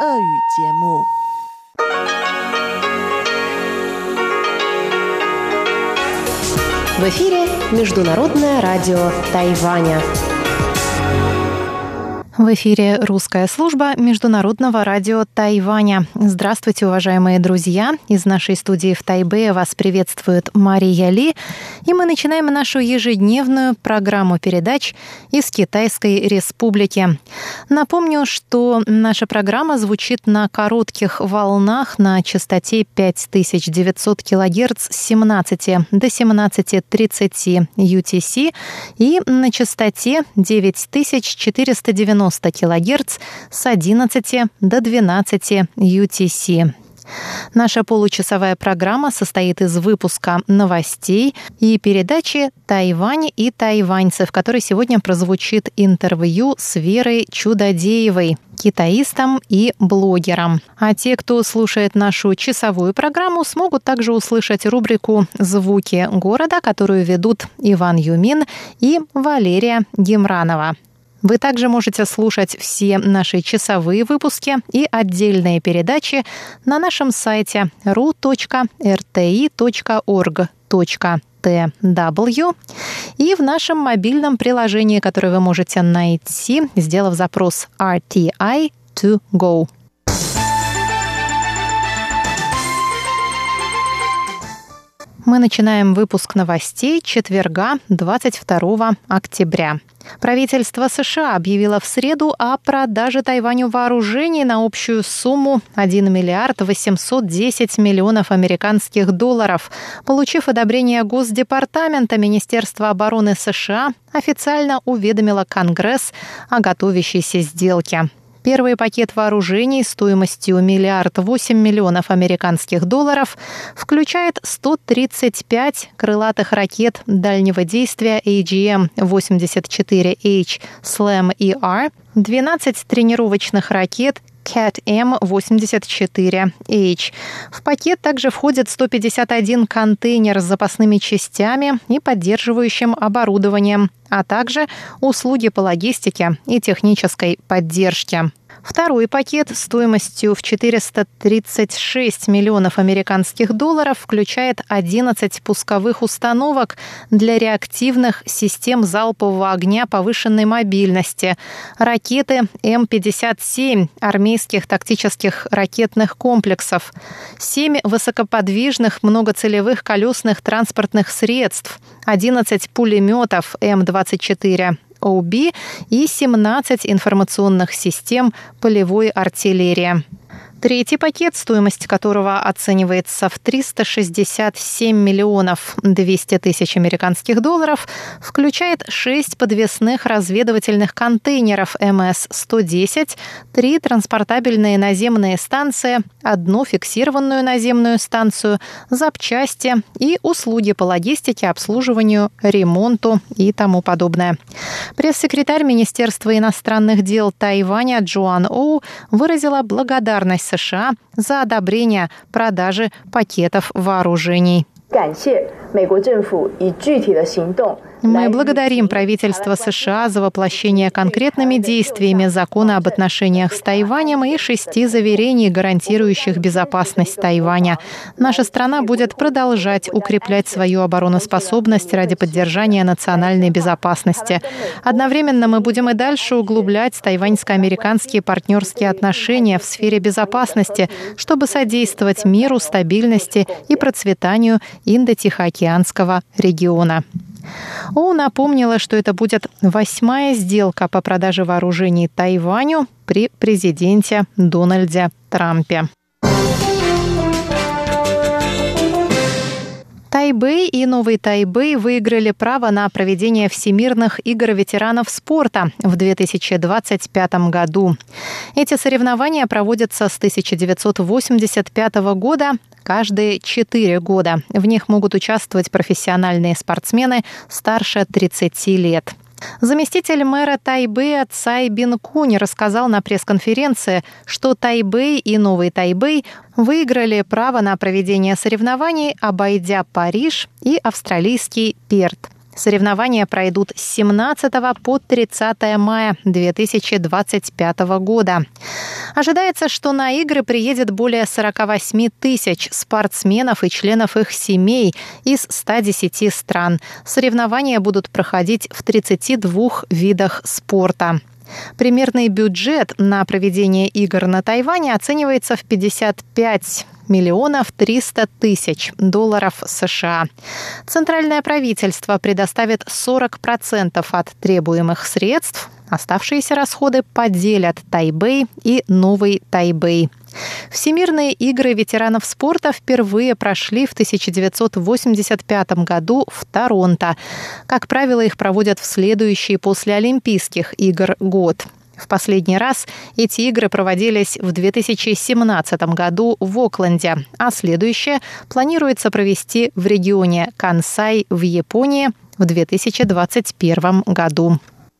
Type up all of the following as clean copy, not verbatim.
俄语节目。 В эфире Международное радио Тайваня. В эфире русская служба Международного радио Тайваня. Здравствуйте, уважаемые друзья! Из нашей студии в Тайбэе вас приветствует Мария Ли. И мы начинаем нашу ежедневную программу передач из Китайской Республики. Напомню, что наша программа звучит на коротких волнах на частоте 5900 кГц с 17 до 17:30 UTC и на частоте 9490 кГц с 11 до 12 UTC. Наша получасовая программа состоит из выпуска новостей и передачи «Тайвань и тайваньцы», в которой сегодня прозвучит интервью с Верой Чудодеевой, китаистом и блогером. А те, кто слушает нашу часовую программу, смогут также услышать рубрику «Звуки города», которую ведут Иван Юмин и Валерия Гемранова. Вы также можете слушать все наши часовые выпуски и отдельные передачи на нашем сайте ru.rti.org.tw и в нашем мобильном приложении, которое вы можете найти, сделав запрос RTI to go. Мы начинаем выпуск новостей четверга, 22 октября. Правительство США объявило в среду о продаже Тайваню вооружений на общую сумму 1 миллиард 810 миллионов американских долларов. Получив одобрение Госдепартамента, Министерство обороны США официально уведомило Конгресс о готовящейся сделке. Первый пакет вооружений стоимостью 1 миллиард 8 миллионов американских долларов включает 135 крылатых ракет дальнего действия AGM-84H SLAM-ER, 12 тренировочных ракет CAT-M84H. В пакет также входит 151 контейнер с запасными частями и поддерживающим оборудованием, а также услуги по логистике и технической поддержке. Второй пакет стоимостью в 436 миллионов американских долларов включает 11 пусковых установок для реактивных систем залпового огня повышенной мобильности, ракеты М-57 армейских тактических ракетных комплексов, 7 высокоподвижных многоцелевых колесных транспортных средств, 11 пулеметов М-24 OB и 17 информационных систем полевой артиллерии. Третий пакет, стоимость которого оценивается в 367 миллионов 200 тысяч американских долларов, включает 6 подвесных разведывательных контейнеров МС-110, 3 транспортабельные наземные станции, 1 фиксированную наземную станцию, запчасти и услуги по логистике, обслуживанию, ремонту и тому подобное. Пресс-секретарь Министерства иностранных дел Тайваня Джоан Оу выразила благодарность США за одобрение продажи пакетов вооружений. Мы благодарим правительство США за воплощение конкретными действиями закона об отношениях с Тайванем и 6 заверений, гарантирующих безопасность Тайваня. Наша страна будет продолжать укреплять свою обороноспособность ради поддержания национальной безопасности. Одновременно мы будем и дальше углублять тайваньско-американские партнерские отношения в сфере безопасности, чтобы содействовать миру, стабильности и процветанию Индо-Тихоокеанского региона. Оу напомнила, что это будет 8-я сделка по продаже вооружений Тайваню при президенте Дональде Трампе. Тайбэй и Новый Тайбэй выиграли право на проведение Всемирных игр ветеранов спорта в 2025 году. Эти соревнования проводятся с 1985 года каждые 4 года. В них могут участвовать профессиональные спортсмены старше 30 лет. Заместитель мэра Тайбэя Цай Бин-Кунь рассказал на пресс-конференции, что Тайбэй и Новый Тайбэй выиграли право на проведение соревнований, обойдя Париж и австралийский Перт. Соревнования пройдут с 17 по 30 мая 2025 года. Ожидается, что на игры приедет более 48 тысяч спортсменов и членов их семей из 110 стран. Соревнования будут проходить в 32 видах спорта. Примерный бюджет на проведение игр на Тайване оценивается в 55 миллионов 300 тысяч долларов США. Центральное правительство предоставит 40% от требуемых средств. Оставшиеся расходы поделят Тайбэй и Новый Тайбэй. Всемирные игры ветеранов спорта впервые прошли в 1985 году в Торонто. Как правило, их проводят в следующий после Олимпийских игр год. В последний раз эти игры проводились в 2017 году в Окленде, а следующее планируется провести в регионе Кансай в Японии в 2021 году.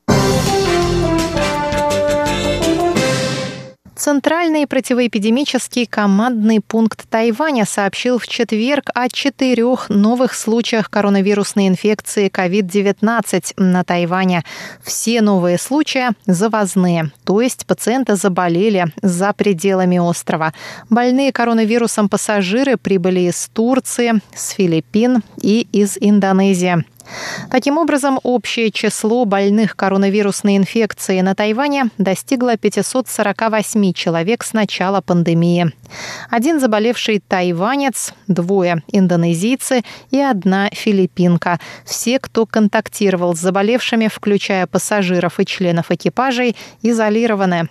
Центральный противоэпидемический командный пункт Тайваня сообщил в четверг о 4 новых случаях коронавирусной инфекции COVID-19 на Тайване. Все новые случаи завозные, то есть пациенты заболели за пределами острова. Больные коронавирусом пассажиры прибыли из Турции, с Филиппин и из Индонезии. Таким образом, общее число больных коронавирусной инфекцией на Тайване достигло 548 человек с начала пандемии. 1 заболевший тайванец, 2 индонезийцы и 1 филиппинка. Все, кто контактировал с заболевшими, включая пассажиров и членов экипажей, изолированы.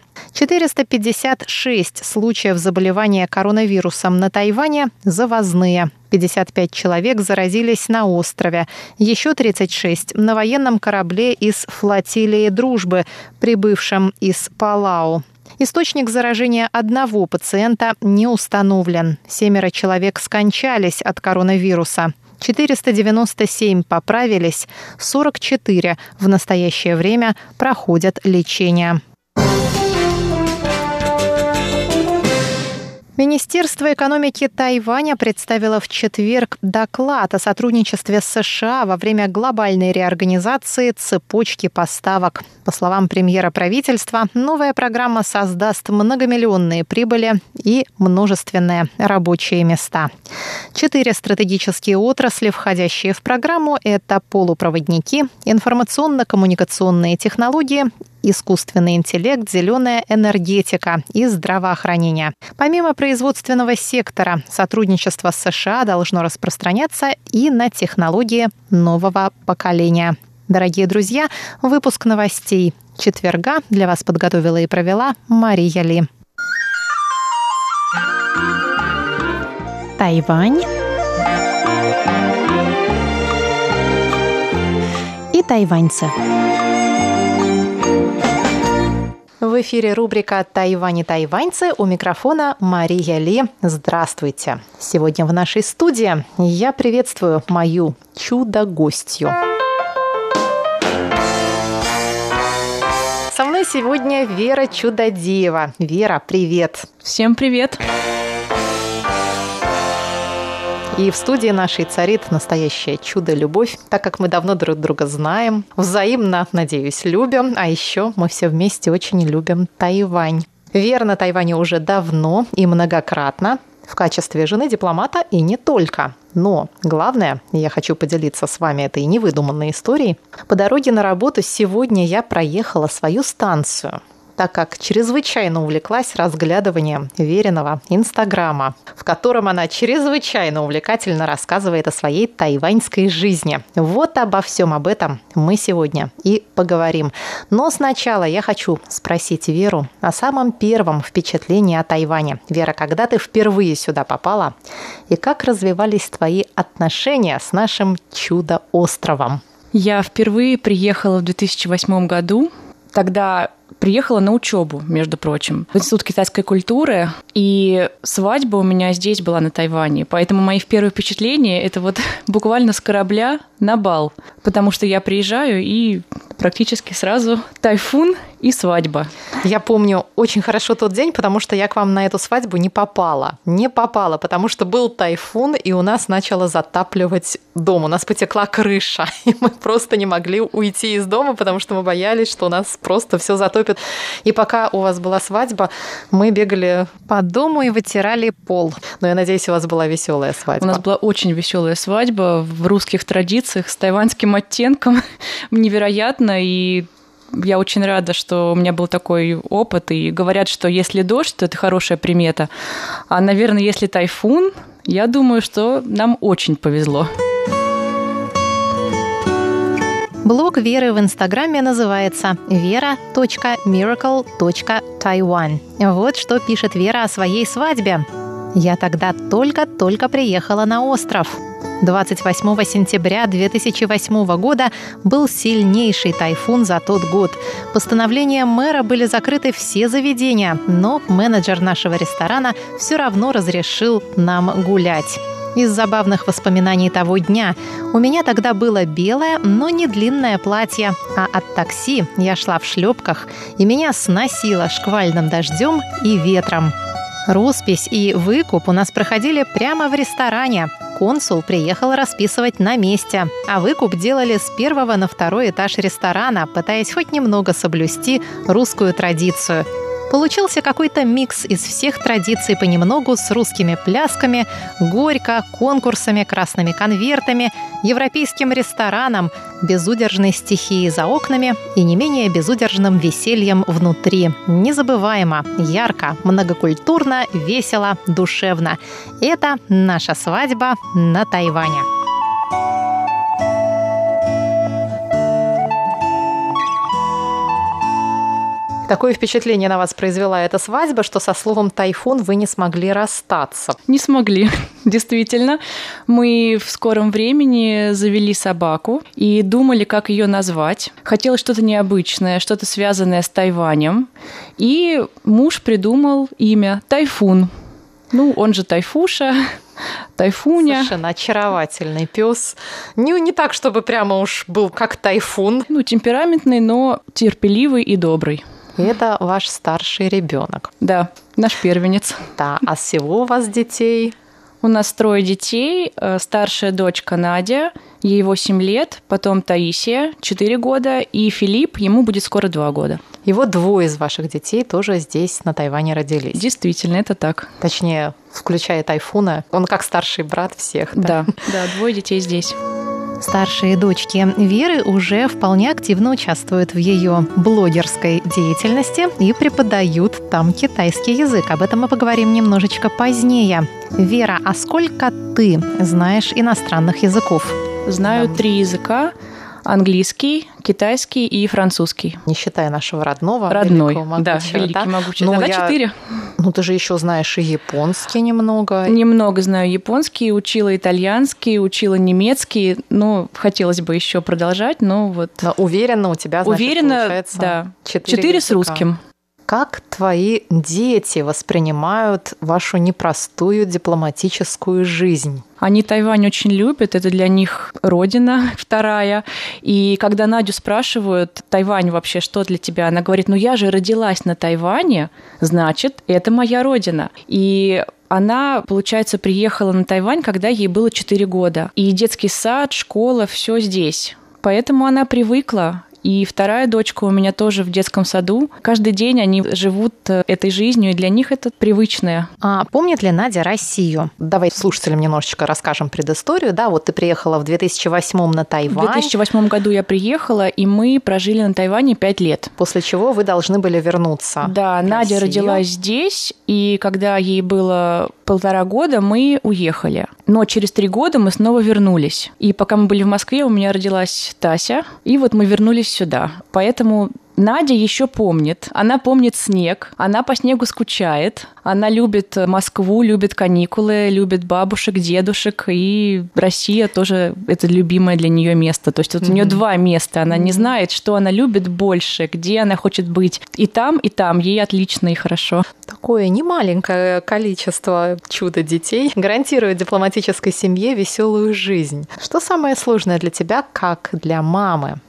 456 случаев заболевания коронавирусом на Тайване завозные. 55 человек заразились на острове. Еще 36 на военном корабле из флотилии «Дружбы», прибывшем из Палау. Источник заражения одного пациента не установлен. 7 человек скончались от коронавируса. 497 поправились, 44 в настоящее время проходят лечение. Министерство экономики Тайваня представило в четверг доклад о сотрудничестве с США во время глобальной реорганизации цепочки поставок. По словам премьера правительства, новая программа создаст многомиллионные прибыли и множественные рабочие места. 4 стратегические отрасли, входящие в программу, это полупроводники, информационно-коммуникационные технологии, искусственный интеллект, зеленая энергетика и здравоохранение. Помимо производственного сектора, сотрудничество с США должно распространяться и на технологии нового поколения. Дорогие друзья, выпуск новостей четверга для вас подготовила и провела Мария Ли. Тайвань и тайваньцы. В эфире рубрика «Тайвань и тайваньцы», у микрофона Мария Ли. Здравствуйте! Сегодня в нашей студии я приветствую мою чудо-гостью. Со мной сегодня Вера Чудодеева. Вера, привет! Всем привет! И в студии нашей царит настоящее чудо-любовь, так как мы давно друг друга знаем, взаимно, надеюсь, любим, а еще мы все вместе очень любим Тайвань. Вера на Тайване уже давно и многократно в качестве жены дипломата и не только. Но главное, я хочу поделиться с вами этой невыдуманной историей. По дороге на работу сегодня я проехала свою станцию, так как чрезвычайно увлеклась разглядыванием Вериного Инстаграма, в котором она чрезвычайно увлекательно рассказывает о своей тайваньской жизни. Вот обо всем об этом мы сегодня и поговорим. Но сначала я хочу спросить Веру о самом первом впечатлении о Тайване. Вера, когда ты впервые сюда попала, и как развивались твои отношения с нашим чудо-островом? Я впервые приехала в 2008 году. Тогда приехала на учебу, между прочим, в Институт китайской культуры, и свадьба у меня здесь была на Тайване, поэтому мои первые впечатления – это вот буквально с корабля на бал, потому что я приезжаю и практически сразу тайфун и свадьба. Я помню очень хорошо тот день, потому что я к вам на эту свадьбу не попала. Не попала, потому что был тайфун, и у нас начало затапливать дом. У нас потекла крыша, и мы просто не могли уйти из дома, потому что мы боялись, что у нас просто все затопит. И пока у вас была свадьба, мы бегали по дому и вытирали пол. Но я надеюсь, у вас была веселая свадьба. У нас была очень веселая свадьба в русских традициях с тайваньским оттенком. Невероятно, и я очень рада, что у меня был такой опыт. И говорят, что если дождь, то это хорошая примета. А, наверное, если тайфун, я думаю, что нам очень повезло. Блог Веры в Инстаграме называется vera.miracle.taiwan. Вот что пишет Вера о своей свадьбе. «Я тогда только-только приехала на остров. 28 сентября 2008 года был сильнейший тайфун за тот год. Постановлением мэра были закрыты все заведения, но менеджер нашего ресторана все равно разрешил нам гулять. Из забавных воспоминаний того дня у меня тогда было белое, но не длинное платье, а от такси я шла в шлепках, и меня сносило шквальным дождем и ветром. Роспись и выкуп у нас проходили прямо в ресторане. Консул приехал расписывать на месте, а выкуп делали с 1-го на 2-й этаж ресторана, пытаясь хоть немного соблюсти русскую традицию. Получился какой-то микс из всех традиций понемногу с русскими плясками, горько, конкурсами, красными конвертами, европейским рестораном, безудержной стихией за окнами и не менее безудержным весельем внутри. Незабываемо, ярко, многокультурно, весело, душевно. Это наша свадьба на Тайване. Такое впечатление на вас произвела эта свадьба, что со словом «тайфун» вы не смогли расстаться. Не смогли, действительно. Мы в скором времени завели собаку и думали, как ее назвать. Хотелось что-то необычное, что-то связанное с Тайванем. И муж придумал имя «Тайфун». Ну, он же Тайфуша, Тайфуня. Совершенно очаровательный пес. Не так, чтобы прямо уж был как тайфун. Ну, темпераментный, но терпеливый и добрый. И это ваш старший ребенок. Да, наш первенец. Да, а всего у вас детей? У нас 3 детей. Старшая дочка Надя, ей 8 лет, потом Таисия, 4 года, и Филипп, ему будет скоро 2 года. И вот 2 из ваших детей тоже здесь, на Тайване, родились. Действительно, это так. Точнее, включая Тайфуна, он как старший брат всех. Да, 2 детей здесь. Старшие дочки Веры уже вполне активно участвуют в ее блогерской деятельности и преподают там китайский язык. Об этом мы поговорим немножечко позднее. Вера, а сколько ты знаешь иностранных языков? Знаю 3 языка. Английский, китайский и французский. Не считая нашего родного. Родной, великого, могучего, да, великий, могучий. Тогда 4. Ну, ты же еще знаешь и японский немного. Немного знаю японский, учила итальянский, учила немецкий. Ну, хотелось бы еще продолжать, но вот... Но уверена, у тебя, значит, получается, да. 4 с русским. Как твои дети воспринимают вашу непростую дипломатическую жизнь? Они Тайвань очень любят, это для них родина вторая. И когда Надю спрашивают, Тайвань вообще что для тебя, она говорит, ну я же родилась на Тайване, значит, это моя родина. И она, получается, приехала на Тайвань, когда ей было 4 года. И детский сад, школа, все здесь. Поэтому она привыкла. И вторая дочка у меня тоже в детском саду. Каждый день они живут этой жизнью, и для них это привычное. А помнит ли Надя Россию? Давай слушателям немножечко расскажем предысторию. Да, вот ты приехала в 2008 на Тайвань. В 2008 году я приехала, и мы прожили на Тайване 5 лет. После чего вы должны были вернуться. Да, Надя родилась здесь, и когда ей было 1,5 года, мы уехали. Но через 3 года мы снова вернулись. И пока мы были в Москве, у меня родилась Тася, и вот мы вернулись сюда. Поэтому Надя еще помнит. Она помнит снег, она по снегу скучает, она любит Москву, любит каникулы, любит бабушек, дедушек, и Россия тоже это любимое для нее место. То есть вот у нее 2 места, она не знает, что она любит больше, где она хочет быть. И там, ей отлично и хорошо. Такое немаленькое количество чудо-детей гарантирует дипломатической семье веселую жизнь. Что самое сложное для тебя, как для мамы?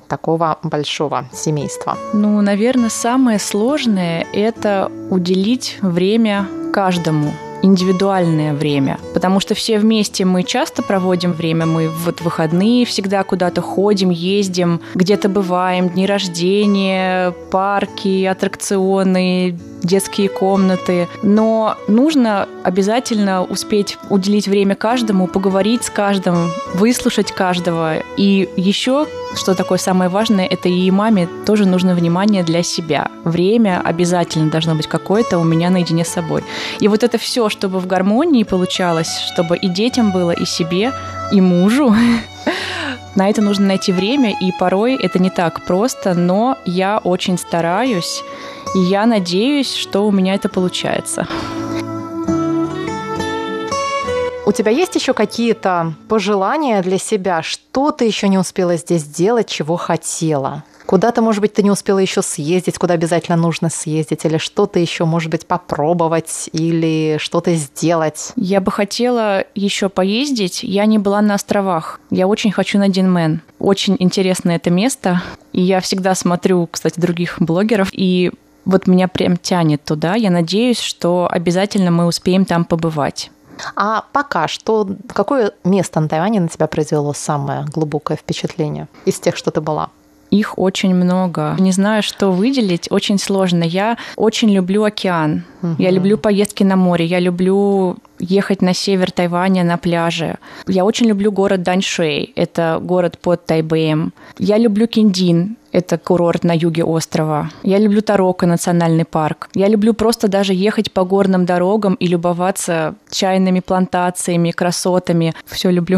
такого большого семейства? Ну, наверное, самое сложное – это уделить время каждому. Индивидуальное время, потому что все вместе мы часто проводим время, мы вот в выходные всегда куда-то ходим, ездим, где-то бываем, дни рождения, парки, аттракционы, детские комнаты, но нужно обязательно успеть уделить время каждому, поговорить с каждым, выслушать каждого. И еще, что такое самое важное, это и маме тоже нужно внимание для себя. Время обязательно должно быть какое-то у меня наедине с собой. И вот это все, чтобы в гармонии получалось, чтобы и детям было, и себе, и мужу. На это нужно найти время, и порой это не так просто, но я очень стараюсь, и я надеюсь, что у меня это получается. У тебя есть еще какие-то пожелания для себя? Что ты еще не успела здесь сделать, чего хотела? Куда-то, может быть, ты не успела еще съездить, куда обязательно нужно съездить, или что-то еще, может быть, попробовать, или что-то сделать? Я бы хотела еще поездить. Я не была на островах. Я очень хочу на Динмен. Очень интересное это место. И я всегда смотрю, кстати, других блогеров, и вот меня прям тянет туда. Я надеюсь, что обязательно мы успеем там побывать. А пока что, какое место на Тайване на тебя произвело самое глубокое впечатление из тех, что ты была? Их очень много. Не знаю, что выделить, очень сложно. Я очень люблю океан. Я люблю поездки на море. Я люблю ехать на север Тайваня на пляже. Я очень люблю город Даньшуй. Это город под Тайбэем. Я люблю Киндин. Это курорт на юге острова. Я люблю Тарока, национальный парк. Я люблю просто даже ехать по горным дорогам и любоваться чайными плантациями, красотами. Все люблю.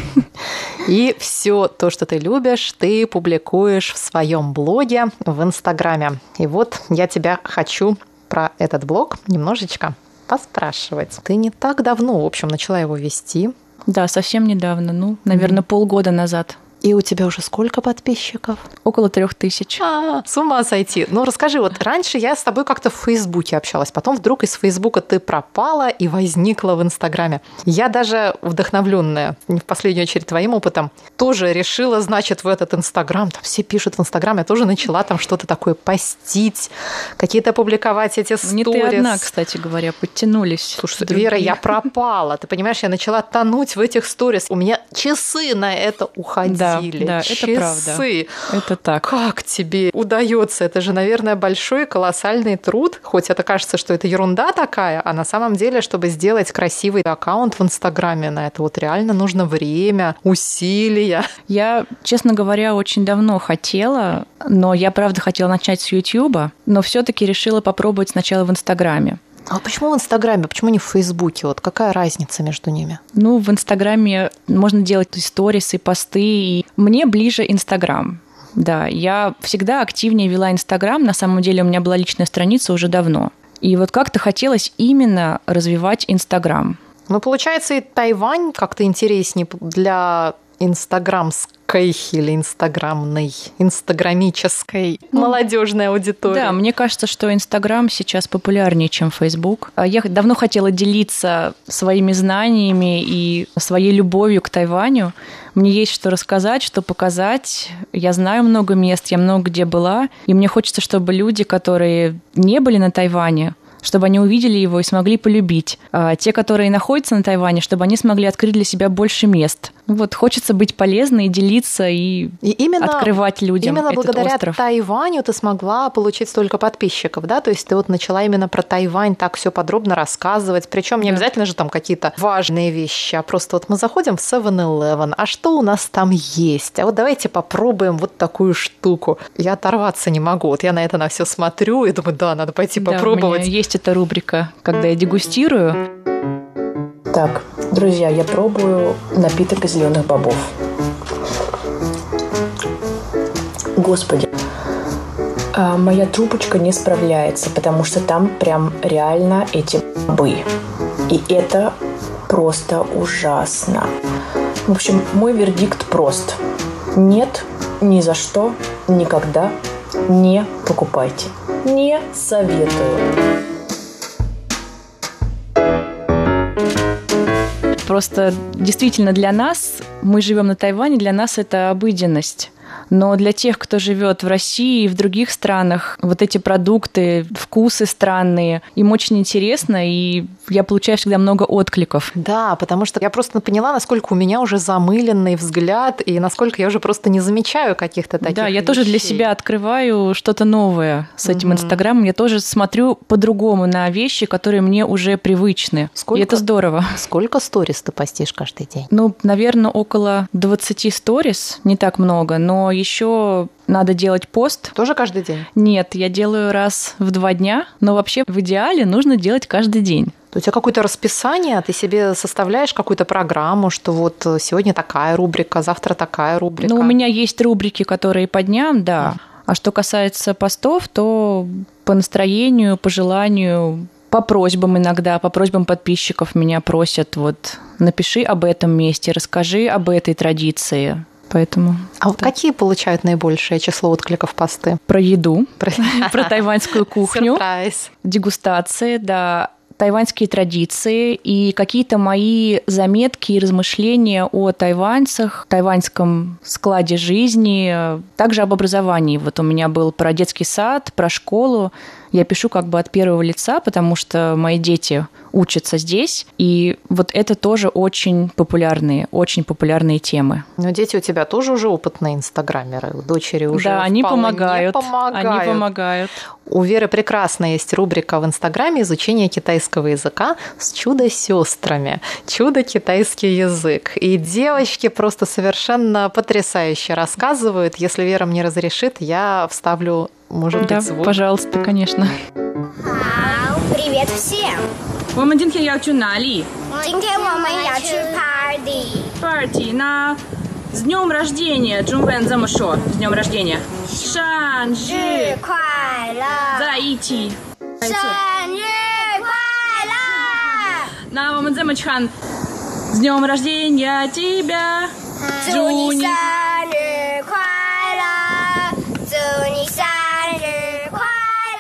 И все то, что ты любишь, ты публикуешь в своем блоге в Инстаграме. И вот я тебя хочу про этот блог немножечко поспрашивать. Ты не так давно, в общем, начала его вести. Да, совсем недавно, наверное, полгода назад. И у тебя уже сколько подписчиков? Около 3000. С ума сойти. Ну, расскажи, вот раньше я с тобой как-то в Фейсбуке общалась, потом вдруг из Фейсбука ты пропала и возникла в Инстаграме. Я даже, вдохновленная, не в последнюю очередь твоим опытом, тоже решила, значит, в этот Инстаграм, там все пишут в Инстаграм, я тоже начала там что-то такое постить, какие-то публиковать эти сторис. Не ты одна, кстати говоря, подтянулись. Слушай, Вера, я пропала. Ты понимаешь, я начала тонуть в этих сторис. У меня часы на это уходили. Да, часы. Это правда. Это так. Как тебе удается? Это же, наверное, большой колоссальный труд. Хоть это кажется, что это ерунда такая, а на самом деле, чтобы сделать красивый аккаунт в Инстаграме, на это вот реально нужно время, усилия. Я, честно говоря, очень давно хотела, но я, правда, хотела начать с Ютьюба, но все-таки решила попробовать сначала в Инстаграме. А почему в Инстаграме? Почему не в Фейсбуке? Вот какая разница между ними? В Инстаграме можно делать сторисы, посты. И мне ближе Инстаграм. Да, я всегда активнее вела Инстаграм. На самом деле у меня была личная страница уже давно. И вот как-то хотелось именно развивать Инстаграм. Получается, и Тайвань как-то интереснее для инстаграмской или инстаграмической молодежной аудитории. Да, мне кажется, что Инстаграм сейчас популярнее, чем Фейсбук. Я давно хотела делиться своими знаниями и своей любовью к Тайваню. Мне есть что рассказать, что показать. Я знаю много мест, я много где была. И мне хочется, чтобы люди, которые не были на Тайване, чтобы они увидели его и смогли полюбить. А те, которые находятся на Тайване, чтобы они смогли открыть для себя больше мест. Хочется быть полезной, делиться и открывать людям этот остров. Именно благодаря Тайваню ты смогла получить столько подписчиков, да? То есть ты начала именно про Тайвань так все подробно рассказывать. Причем не обязательно же там какие-то важные вещи, а просто мы заходим в 7-Eleven, а что у нас там есть? А давайте попробуем вот такую штуку. Я оторваться не могу. Я на это все смотрю и думаю, да, надо пойти попробовать. У меня есть эта рубрика, когда я дегустирую. Так, друзья, я пробую напиток из зеленых бобов. Господи, моя трубочка не справляется, потому что там прям реально эти бобы. И это просто ужасно. В общем, мой вердикт прост. Нет, ни за что, никогда не покупайте. Не советую. Просто действительно для нас, мы живем на Тайване, для нас это обыденность. Но для тех, кто живет в России и в других странах, вот эти продукты, вкусы странные, им очень интересно, и я получаю всегда много откликов. Да, потому что я просто поняла, насколько у меня уже замыленный взгляд, и насколько я уже просто не замечаю каких-то таких Да, я вещей. тоже для себя открываю что-то новое с этим Инстаграмом. Я тоже смотрю по-другому на вещи, которые мне уже привычны. И это здорово. Сколько сторис ты постишь каждый день? Ну, наверное, около 20 сторис, не так много, но еще надо делать пост. Тоже каждый день? Нет, я делаю раз в 2 дня, но вообще в идеале нужно делать каждый день. У тебя какое-то расписание, ты себе составляешь какую-то программу, что вот сегодня такая рубрика, завтра такая рубрика? Ну, у меня есть рубрики, которые по дням, да. А что касается постов, то по настроению, по желанию, по просьбам иногда, по просьбам подписчиков меня просят, вот, напиши об этом месте, расскажи об этой традиции. Поэтому... А вот какие получают наибольшее число откликов посты? Про еду, про тайваньскую кухню, Сюрприз. дегустации, да, тайваньские традиции и какие-то мои заметки и размышления о тайваньцах, тайваньском складе жизни, также об образовании. Вот у меня был про детский сад, про школу. Я пишу как бы от первого лица, потому что мои дети учатся здесь, и вот это тоже очень популярные темы. Но дети у тебя тоже уже опытные инстаграмеры, дочери уже да, они помогают. Они помогают. У Веры прекрасно есть рубрика в Инстаграме «Изучение китайского языка с чудо-сестрами». Чудо-китайский язык. И девочки просто совершенно потрясающе рассказывают. Если Вера мне разрешит, я вставлю, может быть, звук. Пожалуйста, конечно. Привет всем! 我们今天要去哪里？ 今天我们要去 party。 Party на с днем рождения，中文怎么说？с днем рождения，生日快乐！ 在一起。 生日快乐！ 那我们怎么唱？с днем рождения тебя， 祝你生日快乐！祝你生日快乐！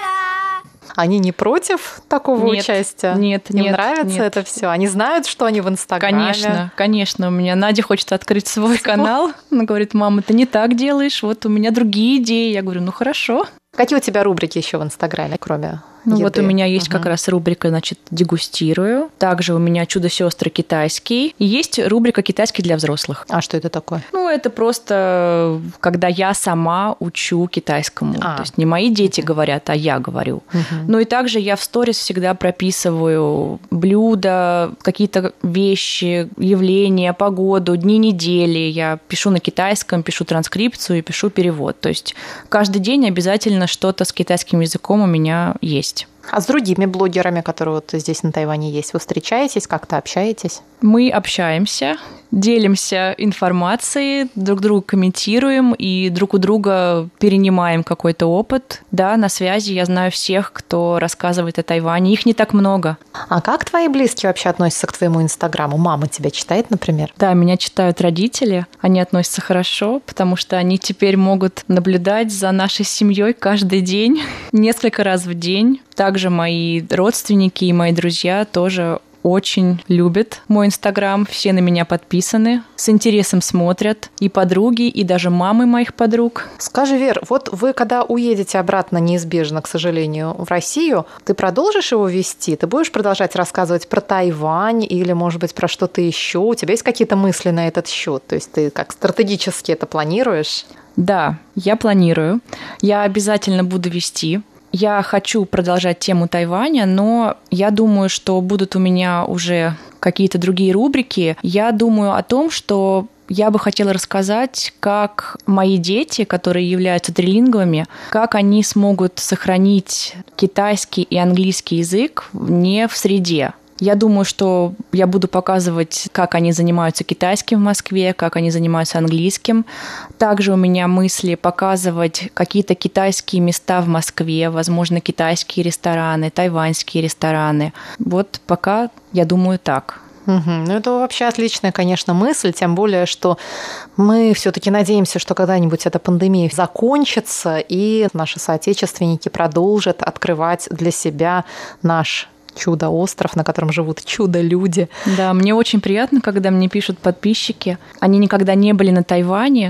Они не против такого Нет, участия? нет, Им нет, нравится нет. это все? Они знают, что они в Инстаграме? Конечно. У меня Надя хочет открыть свой канал. Она говорит: мама, ты не так делаешь, вот у меня другие идеи. Я говорю: ну хорошо. Какие у тебя рубрики еще в Инстаграме, кроме Ну еды? вот у меня есть как раз рубрика, значит, «Дегустирую». Также у меня «Чудо-сестры китайский». И есть рубрика «Китайский для взрослых». А что это такое? Ну, это просто когда я сама учу китайскому. То есть не мои дети говорят, а я говорю. Ну и также я в сторис всегда прописываю блюда, какие-то вещи, явления, погоду, дни недели. Я пишу на китайском, пишу транскрипцию и пишу перевод. То есть каждый день обязательно что-то с китайским языком у меня есть. А с другими блогерами, которые вот здесь на Тайване есть, вы встречаетесь, как-то общаетесь? Мы общаемся, делимся информацией, друг друга комментируем и друг у друга перенимаем какой-то опыт. Да, на связи, я знаю всех, кто рассказывает о Тайване. Их не так много. А как твои близкие вообще относятся к твоему Инстаграму? Мама тебя читает, например? Да, меня читают родители. Они относятся хорошо, потому что они теперь могут наблюдать за нашей семьей каждый день, несколько раз в день. Также мои родственники и мои друзья тоже очень любят мой Инстаграм, все на меня подписаны, с интересом смотрят, и подруги, и даже мамы моих подруг. Скажи, Вер, вот вы когда уедете обратно неизбежно, к сожалению, в Россию, ты продолжишь его вести? Ты будешь продолжать рассказывать про Тайвань или, может быть, про что-то еще? У тебя есть какие-то мысли на этот счет? То есть ты как стратегически это планируешь? Да, я планирую. Я обязательно буду вести. Я хочу продолжать тему Тайваня, но я думаю, что будут у меня уже какие-то другие рубрики. Я думаю о том, что я бы хотела рассказать, как мои дети, которые являются трилингвами, как они смогут сохранить китайский и английский язык не в среде. Я думаю, что я буду показывать, как они занимаются китайским в Москве, как они занимаются английским. Также у меня мысли показывать какие-то китайские места в Москве, возможно, китайские рестораны, тайваньские рестораны. Вот пока я думаю так. Ну, это вообще отличная, конечно, мысль, тем более, что мы все-таки надеемся, что когда-нибудь эта пандемия закончится, и наши соотечественники продолжат открывать для себя наш чудо-остров, на котором живут чудо-люди. Да, мне очень приятно, когда мне пишут подписчики. Они никогда не были на Тайване,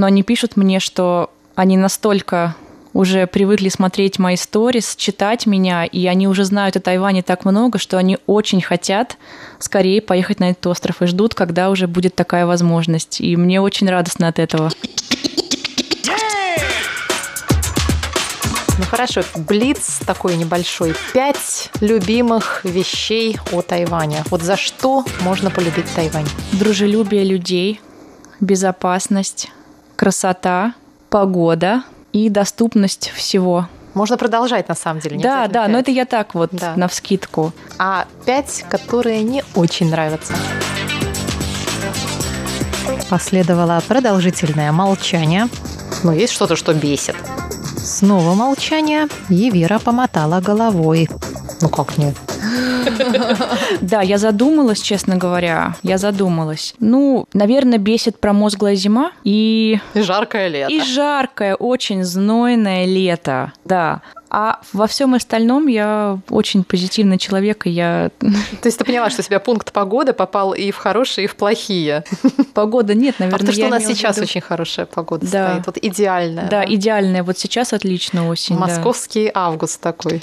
но они пишут мне, что они настолько уже привыкли смотреть мои сторис, читать меня, и они уже знают о Тайване так много, что они очень хотят скорее поехать на этот остров и ждут, когда уже будет такая возможность. И мне очень радостно от этого. Ну хорошо, блиц такой небольшой. 5 любимых вещей о Тайване. Вот за что можно полюбить Тайвань? Дружелюбие людей, безопасность, красота, погода и доступность всего. Можно продолжать, на самом деле. Да, но это я так вот, навскидку. А 5, которые не очень нравятся. Последовало продолжительное молчание. Но есть что-то, что бесит. Снова молчание, и Вера помотала головой. Ну как нет? Да, я задумалась, честно говоря. Ну, наверное, бесит промозглая зима и жаркое лето. И жаркое, очень знойное лето, да. А во всем остальном я очень позитивный человек, и я... То есть ты поняла, что у тебя пункт погоды попал и в хорошие, и в плохие? Погода нет, наверное. Потому что у нас сейчас очень хорошая погода стоит, вот идеальная. Да, идеальная. Вот сейчас отлично осень. Московский август такой.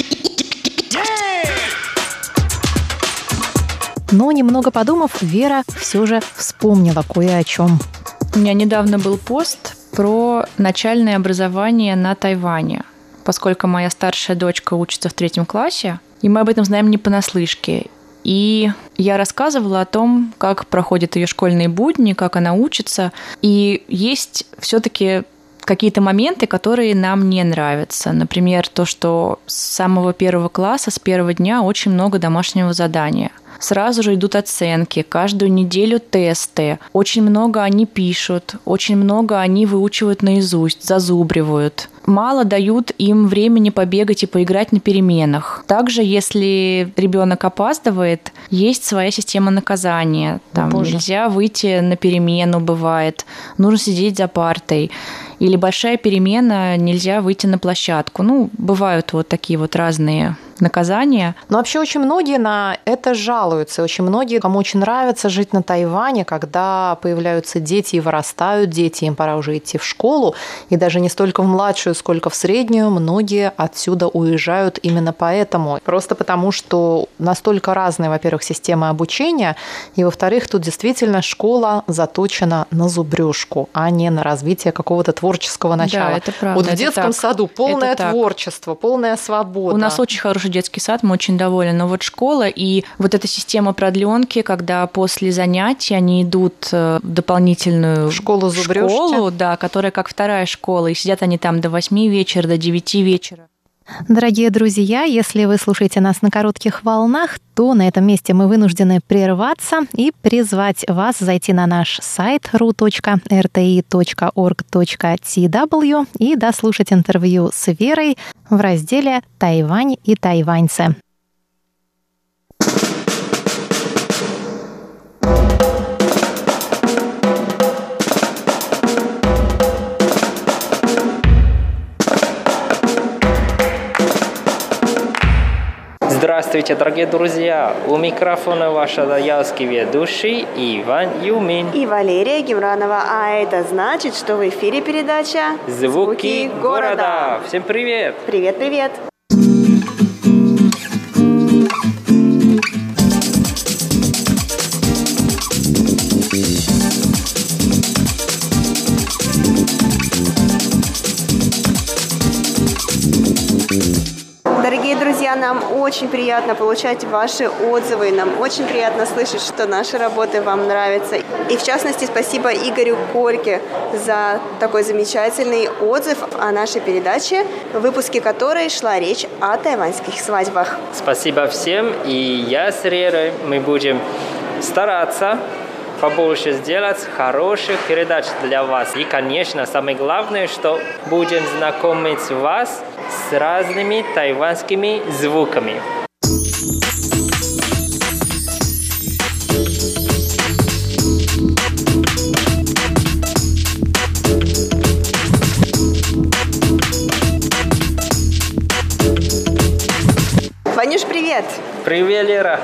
Но немного подумав, Вера все же вспомнила кое о чем. У меня недавно был пост про начальное образование на Тайване, поскольку моя старшая дочка учится в 3 классе, и мы об этом знаем не понаслышке. И я рассказывала о том, как проходят ее школьные будни, как она учится. И есть все-таки какие-то моменты, которые нам не нравятся. Например, то, что с самого 1 класса, с первого дня очень много домашнего задания. Сразу же идут оценки, каждую неделю тесты. Очень много они пишут, очень много они выучивают наизусть, зазубривают. Мало дают им времени побегать и поиграть на переменах. Также, если ребенок опаздывает, есть своя система наказания. Там нельзя выйти на перемену, бывает. Нужно сидеть за партой. Или большая перемена, нельзя выйти на площадку. Ну, бывают вот такие вот разные наказания. Но вообще очень многие на это жалуются. Очень многие, кому очень нравится жить на Тайване, когда появляются дети и вырастают дети, им пора уже идти в школу. И даже не столько в младшую, сколько в среднюю, многие отсюда уезжают именно поэтому. Просто потому, что настолько разные, во-первых, системы обучения, и, во-вторых, тут действительно школа заточена на зубрежку, а не на развитие какого-то творческого начала. Да, это правда. Вот в детском саду полное творчество, полная свобода. У нас очень хороший детский сад, мы очень довольны. Но вот школа и вот эта система продленки, когда после занятий они идут в дополнительную школу зубрёжки, да, которая как вторая школа, и сидят они там до 8 вечера, до 9 вечера. Дорогие друзья, если вы слушаете нас на коротких волнах, то на этом месте мы вынуждены прерваться и призвать вас зайти на наш сайт ru.rti.org.tw и дослушать интервью с Верой в разделе «Тайвань и тайваньцы». Здравствуйте, дорогие друзья! У микрофона ваш даялский ведущий Иван Юмин и Валерия Гемранова. А это значит, что в эфире передача «Звуки города». Всем привет! Привет-привет! Дорогие друзья, нам очень приятно получать ваши отзывы, нам очень приятно слышать, что наши работы вам нравятся. И в частности, спасибо Игорю Кольке за такой замечательный отзыв о нашей передаче, в выпуске которой шла речь о тайваньских свадьбах. Спасибо всем, и я с Рерой, мы будем стараться побольше сделать хороших передач для вас. И, конечно, самое главное, что будем знакомить вас с разными тайваньскими звуками. Ванюш, привет! Привет, Лера!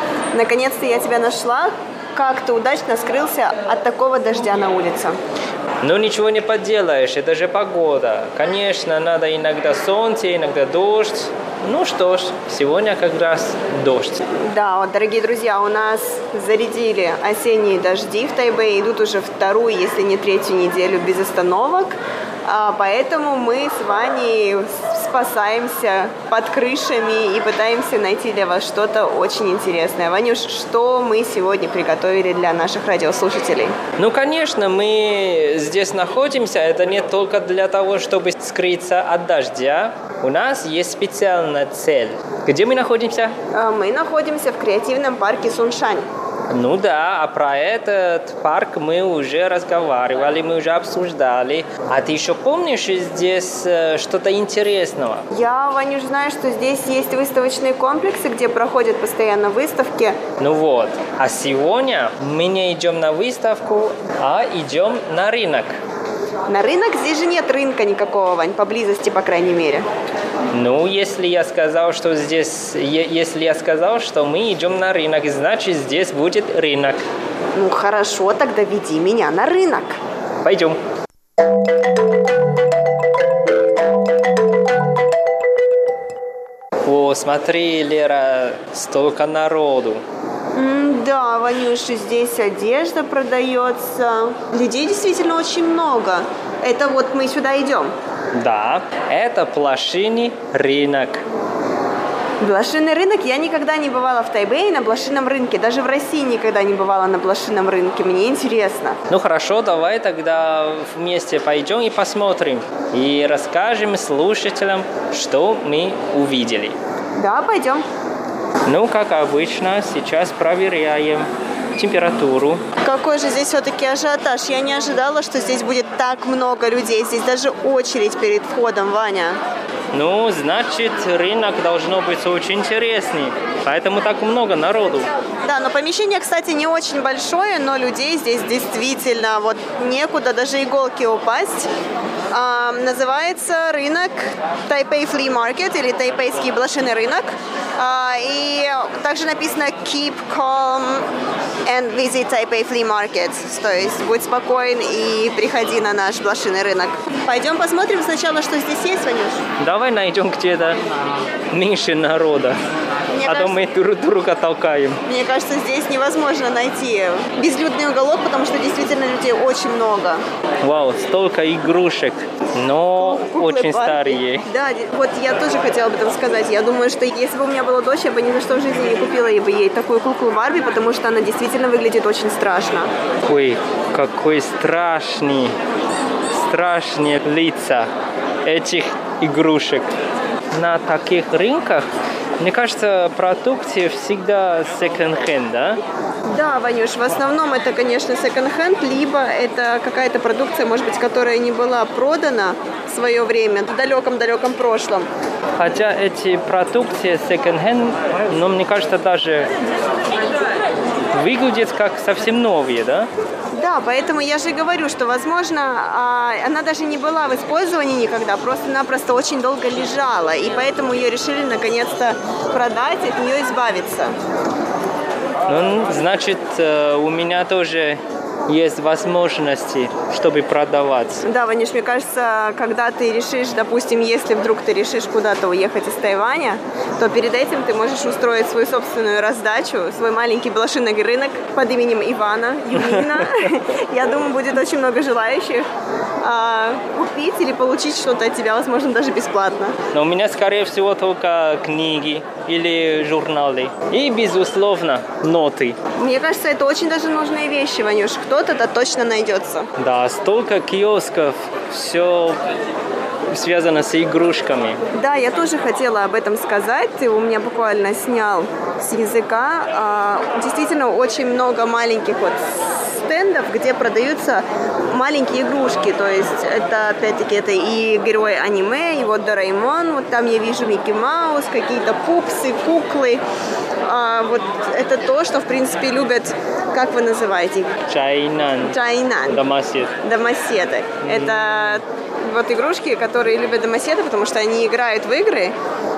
Наконец-то я тебя нашла. Как ты удачно скрылся от такого дождя на улице? Но ничего не поделаешь, это же погода. Конечно, надо иногда солнце, иногда дождь. Ну что ж, сегодня как раз дождь. Да, вот, дорогие друзья, у нас зарядили осенние дожди в Тайбэе, идут уже вторую, если не третью неделю без остановок. Поэтому мы с Ваней спасаемся под крышами и пытаемся найти для вас что-то очень интересное. Ванюш, что мы сегодня приготовили для наших радиослушателей? Ну, конечно, мы здесь находимся. Это не только для того, чтобы скрыться от дождя. У нас есть специальная цель. Где мы находимся? Мы находимся в креативном парке Суншань. Ну да, а про этот парк мы уже разговаривали, мы уже обсуждали. А ты еще помнишь здесь что-то интересного? Я, Ванюш, знаю, что здесь есть выставочные комплексы, где проходят постоянно выставки. Ну вот, а сегодня мы не идем на выставку, а идем на рынок. На рынок? Здесь же нет рынка никакого, Вань, поблизости, по крайней мере. Ну, если я сказал, что мы идем на рынок, значит, здесь будет рынок. Ну, хорошо, тогда веди меня на рынок. Пойдем. О, смотри, Лера, столько народу. Да, Ванюша, здесь одежда продается. Людей действительно очень много. Это вот мы сюда идем. Да, это блошиный рынок. Блошиный рынок? Я никогда не бывала в Тайбэе на блошином рынке. Даже в России никогда не бывала на блошином рынке. Мне интересно. Ну хорошо, давай тогда вместе пойдем и посмотрим. И расскажем слушателям, что мы увидели. Да, пойдем. Ну, как обычно, сейчас проверяем температуру. Какой же здесь все-таки ажиотаж. Я не ожидала, что здесь будет так много людей. Здесь даже очередь перед входом, Ваня. Ну, значит, рынок должно быть очень интересный. Поэтому так много народу. Да, но помещение, кстати, не очень большое, но людей здесь действительно вот некуда даже иголки упасть. Называется рынок Taipei Flea Market или тайпейский блошиный рынок. И также написано Keep calm and visit Taipei Flea Market. То есть будь спокоен и приходи на наш блошиный рынок. Пойдем посмотрим сначала, что здесь есть, Ванюш. Давай найдем где-то меньше народа. То мы друг друга толкаем. Мне кажется, здесь невозможно найти безлюдный уголок, потому что действительно людей очень много. Вау, столько игрушек, но Куклы очень Барби. старые. Да, вот я тоже хотела об этом сказать. Я думаю, что если бы у меня была дочь, я бы ни за что в жизни не купила бы ей такую куклу Барби, потому что она действительно выглядит очень страшно. Ой, какой страшные лица этих игрушек. На таких рынках, мне кажется, продукция всегда секонд-хенд, да? Да, Ванюш, в основном это, конечно, секонд-хенд, либо это какая-то продукция, может быть, которая не была продана в свое время, в далеком-далеком прошлом. Хотя эти продукции секонд-хенд, но мне кажется, даже выглядят как совсем новые, да? Да, поэтому я же говорю, что, возможно, она даже не была в использовании никогда, просто-напросто очень долго лежала, и поэтому ее решили наконец-то продать, от нее избавиться. Ну, значит, у меня тоже есть возможности, чтобы продавать. Да, Ванюш, мне кажется, когда ты решишь, допустим, если вдруг ты решишь куда-то уехать из Тайваня, то перед этим ты можешь устроить свою собственную раздачу, свой маленький блошиный рынок под именем Ивана, Юлина. Я думаю, будет очень много желающих купить или получить что-то от тебя, возможно, даже бесплатно. Но у меня, скорее всего, только книги или журналы. И, безусловно, ноты. Мне кажется, это очень даже нужные вещи, Ванюш. Кто-то точно найдется. Да, столько киосков, все связано с игрушками. Да, я тоже хотела об этом сказать. Ты у меня буквально снял с языка. Действительно, очень много маленьких вот стендов, где продаются маленькие игрушки. То есть это, опять-таки, это и герои аниме, и вот Дореймон. Вот там я вижу Микки Маус, какие-то пупсы, куклы. Вот это то, что, в принципе, любят, как вы называете? Чайнан. Домосед. Домоседы. Это вот игрушки, которые любят домоседы, потому что они играют в игры,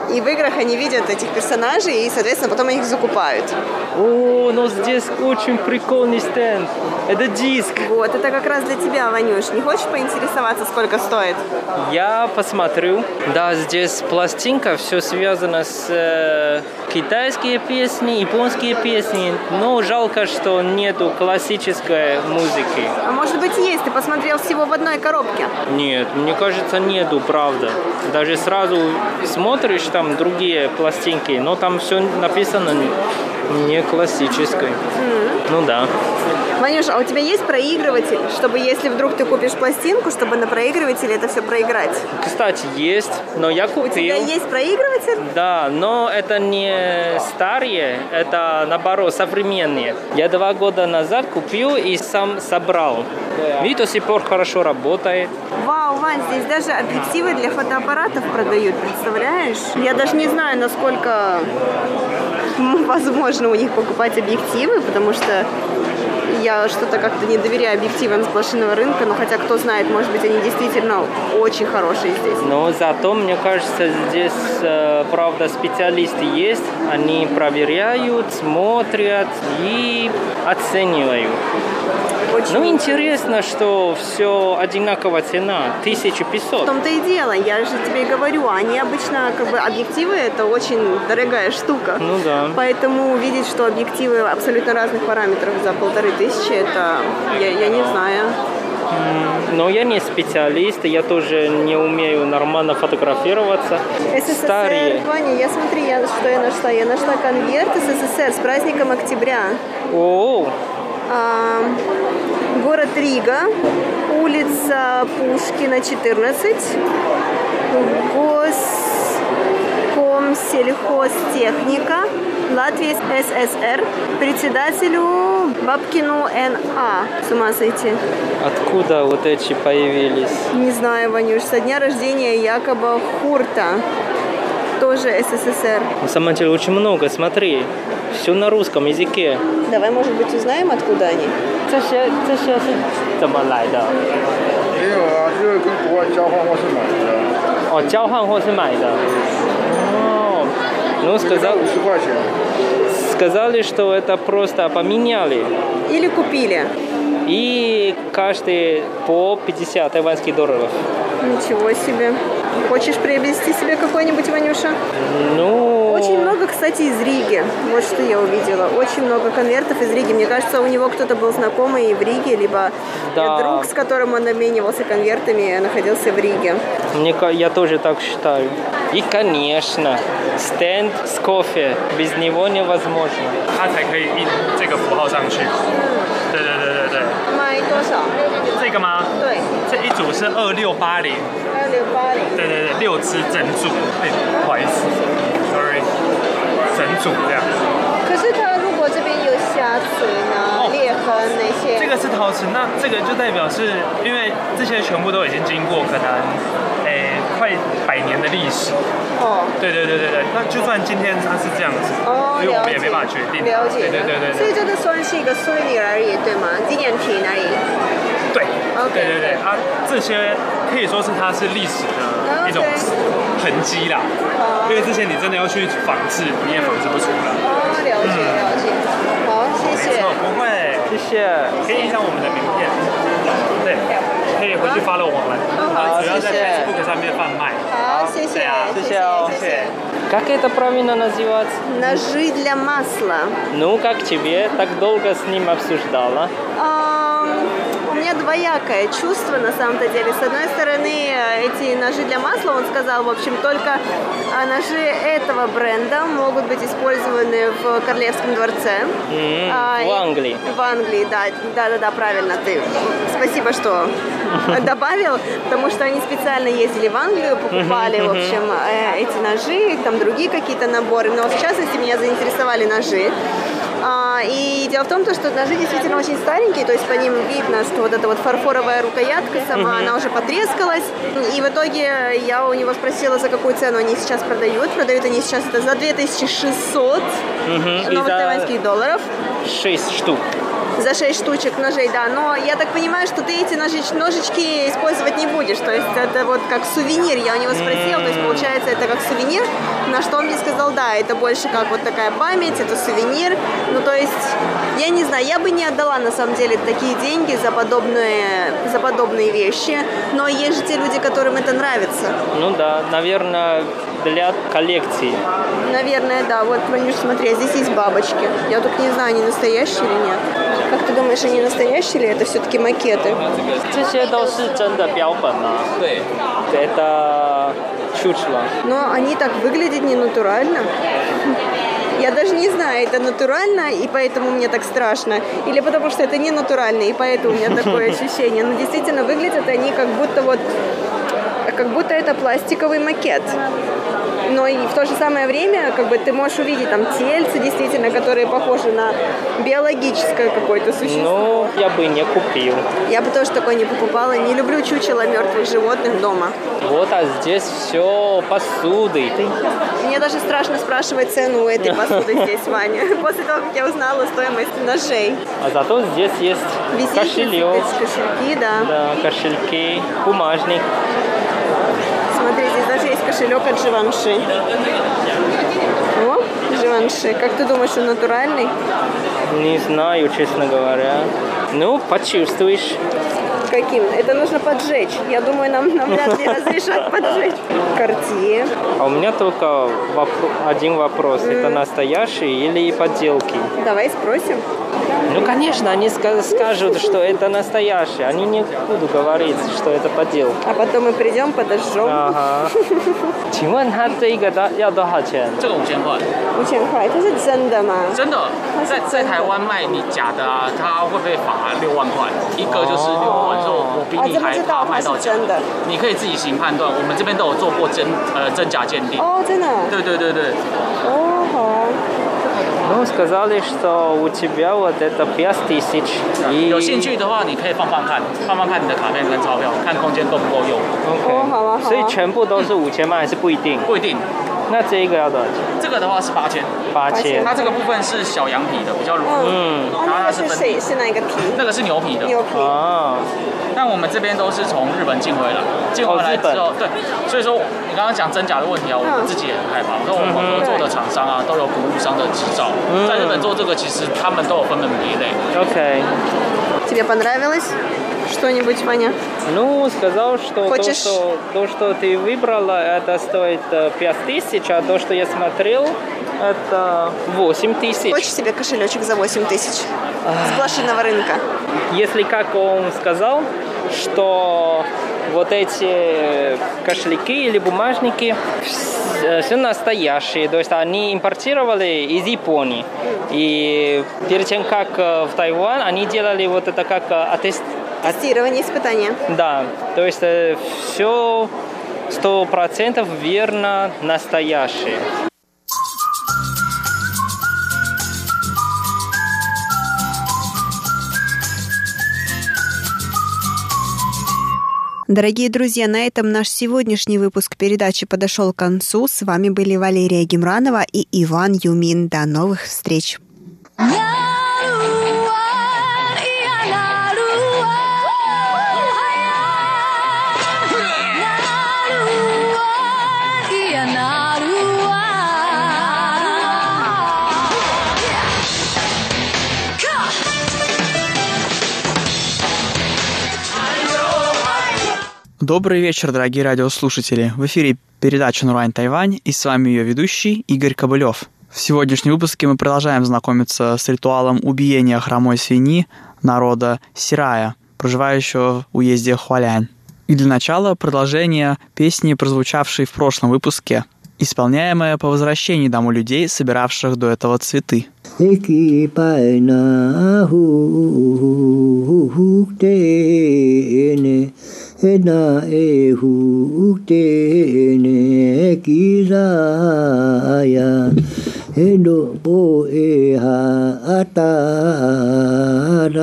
И в играх они видят этих персонажей, и, соответственно, потом их закупают. О, но здесь очень прикольный стенд. Это диск. Вот, это как раз для тебя, Ванюш. Не хочешь поинтересоваться, сколько стоит? Я посмотрю. Да, здесь пластинка, все связано с китайские песни, японские песни. Но жалко, что нету классической музыки. А может быть есть? Ты посмотрел всего в одной коробке? Нет, мне кажется, нету, правда. Даже сразу смотришь там другие пластинки, но там все написано не классической. Ну да. Ванюш, а у тебя есть проигрыватель, чтобы если вдруг ты купишь пластинку, чтобы на проигрывателе это все проиграть? Кстати, есть, но я купил. У тебя есть проигрыватель? Да, но это не старые, это наоборот современные. Я 2 года назад купил и сам собрал. И до сих пор хорошо работает. Вау, Вань, здесь даже объективы для фотоаппаратов продают, представляешь? Я даже не знаю, насколько возможно у них покупать объективы, потому что я что-то как-то не доверяю объективам с блошиного рынка, но хотя кто знает, может быть, они действительно очень хорошие здесь. Но зато, мне кажется, здесь, правда, специалисты есть, они проверяют, смотрят и оценивают. Очень ну, интересно, что все одинаковая цена, 1500. В том-то и дело, я же тебе говорю, они обычно, как бы, объективы это очень дорогая штука. Ну да. Поэтому увидеть, что объективы абсолютно разных параметров за 1500, это я не знаю. Но я не специалист, я тоже не умею нормально фотографироваться. СССР, Старые. Ваня, смотри, что я нашла. Я нашла конверт СССР с праздником октября. О, Город Рига, улица Пушкина, 14, Госкомсельхозтехника, Латвия, СССР, председателю Бабкину Н.А. С ума сойти. откуда вот эти появились? Не знаю, Ванюш, со дня рождения Якоба Хурта, тоже СССР. На самом деле очень много, смотри, все на русском языке. Давай, может быть, узнаем, откуда они. 这些是怎么来的？ 没有啊，就是跟国外交换或是买的。 哦，交换或是买的。哦，ну $50 块钱。 сказали, что это просто поменяли. Или купили. И каждый по 50 тайваньских долларов. Ничего себе. Хочешь приобрести себе какой-нибудь, Ванюша? Ну... Очень много, кстати, из Риги. Вот что я увидела. Очень много конвертов из Риги. Мне кажется, у него кто-то был знакомый в Риге, либо Да. друг, с которым он обменивался конвертами, находился в Риге. Я тоже так считаю. И, конечно, стенд с кофе. Без него невозможно. 它才可以印这个符号上去。对对对对对， 卖多少？ 这个吗？ 对这一组是2680。 2680。 对对对，6只整组。哎，不好意思 ，sorry， 整组这样。 可是它如果这边有瑕疵呢、裂痕那些， 这个是陶瓷，那这个就代表是因为这些全部都已经经过可能，快100年的历史。 哦。 对对对对对，那就算今天它是这样子，因为我们也没办法决定。 了解。 对对对对。 所以这个算是一个 souvenir 而已，对吗？纪念品而已。 对。 OK。 对对对，啊，这些可以说是它是历史的一种痕迹啦。因为之前你真的要去仿制，你也仿制不出来。 哦，了解了解。好，谢谢。 不会， 谢谢。 可以印上我们的名片。对，可以回去 follow 我们。主要在 Facebook 上面贩卖。 好，谢谢。 谢谢哦。谢谢。Как это правильно называется? Ножи для масла. Ну, как тебе? Так долго с ним обсуждала? У меня двоякое чувство, на самом-то деле. С одной стороны, эти ножи для масла, он сказал, в общем, только ножи этого бренда могут быть использованы в Королевском дворце. В Англии. В Англии, да, правильно ты. Спасибо, что добавил, потому что они специально ездили в Англию, покупали, в общем, эти ножи, там другие какие-то наборы, но в частности меня заинтересовали ножи. И дело в том, что ножи действительно очень старенькие, то есть по ним видно, что вот эта вот фарфоровая рукоятка сама, она уже потрескалась. И в итоге я у него спросила, за какую цену они сейчас продают. Продают они сейчас это за 2600 Новых тайваньских долларов. 6 штук. За 6 штучек ножей, да. Но я так понимаю, что ты эти ножички использовать не будешь. То есть это вот как сувенир. Я у него спросила, то есть получается это как сувенир. На что он мне сказал, да, это больше как вот такая память, это сувенир. Ну то есть, я не знаю, я бы не отдала на самом деле такие деньги за подобные вещи. Но есть же те люди, которым это нравится. Ну да, наверное, для коллекции. Наверное, да. Вот, Ванюш, смотри, здесь есть бабочки. Я только не знаю, они настоящие или нет. Как ты думаешь, они настоящие или это все-таки макеты? Это чучело. Но они так выглядят не натурально. Я даже не знаю, это натурально, и поэтому мне так страшно, или потому что это не натурально, и поэтому у меня такое ощущение. Но действительно выглядят они как будто это пластиковый макет. Но и в то же самое время, как бы ты можешь увидеть там тельцы, действительно, которые похожи на биологическое какое-то существо. Ну, я бы не купил. Я бы тоже такое не покупала. Не люблю чучело мертвых животных дома. Вот, а здесь все посуды. Мне даже страшно спрашивать цену этой посуды здесь, Ваня, после того, как я узнала стоимость ножей. А зато здесь есть кошелек. Кошельки, да. Да, кошельки, бумажник. Смотри, здесь даже есть кошелек от Живанши. О, Живанши. Как ты думаешь, он натуральный? Не знаю, честно говоря. Ну, почувствуешь. Каким? Это нужно поджечь. Я думаю, нам вряд ли разрешат поджечь. Cartier. А у меня только один вопрос. Это настоящие или подделки? Давай спросим. Ну, конечно, они скажут, что это настоящее. Они не будут говорить, что это подделка. А потом мы придем, подожжем. Ага. 请问他这个要多少钱？ 这个5000块。 5000块，这是真的吗？ 真的，在台湾卖你假的啊，他会被罚6万块，一个就是6万。我比你还怕卖到假的。你可以自己行判断，我们这边都有做过真假鉴定。 哦，真的？ 对对对对。 哦，好啊。 Ну, сказали, что у тебя вот это 5000. 有兴趣的话，你可以放看你的卡片跟钞票，看空间够不够用。 哦，好啊，好啊。 所以全部都是5000吗？还是不一定？ 不一定。 那这一个要多少钱？ 这个的话是8000。 8000。 它这个部分是小羊皮的，比较柔软。然后它是分体。 是哪一个皮？ 那个是牛皮的。 牛皮。 哦。 但我们这边都是从日本进回来之后，对，所以说你刚刚讲真假的问题啊，我们自己也很害怕。跟我们合作的厂商啊，都有服务商的执照，在日本做这个，其实他们都有分门别类。 OK。 Тебе понравилось что-нибудь, Ваня? Ну, сказал, что то, что ты выбрала, это стоит 5000, а то, что я смотрел, это 8000. Хочешь себе кошелечек за 8000 с блошиного рынка? Если, как он сказал, что вот эти кошельки или бумажники все настоящие, то есть они импортировали из Японии. И перед тем, как в Тайвань, они делали вот это как тестирование, испытания. Да, то есть все 100% верно настоящее. Дорогие друзья, на этом наш сегодняшний выпуск передачи подошел к концу. С вами были Валерия Гемранова и Иван Юмин. До новых встреч! Добрый вечер, дорогие радиослушатели. В эфире передача «Нурань Тайвань» и с вами ее ведущий Игорь Кобылев. В сегодняшнем выпуске мы продолжаем знакомиться с ритуалом убиения хромой свиньи народа Сирая, проживающего в уезде Хуалянь. И для начала продолжение песни, прозвучавшей в прошлом выпуске, исполняемая по возвращении домой людей, собиравших до этого цветы. Ena e hu te ne kizaya eno po e ha ata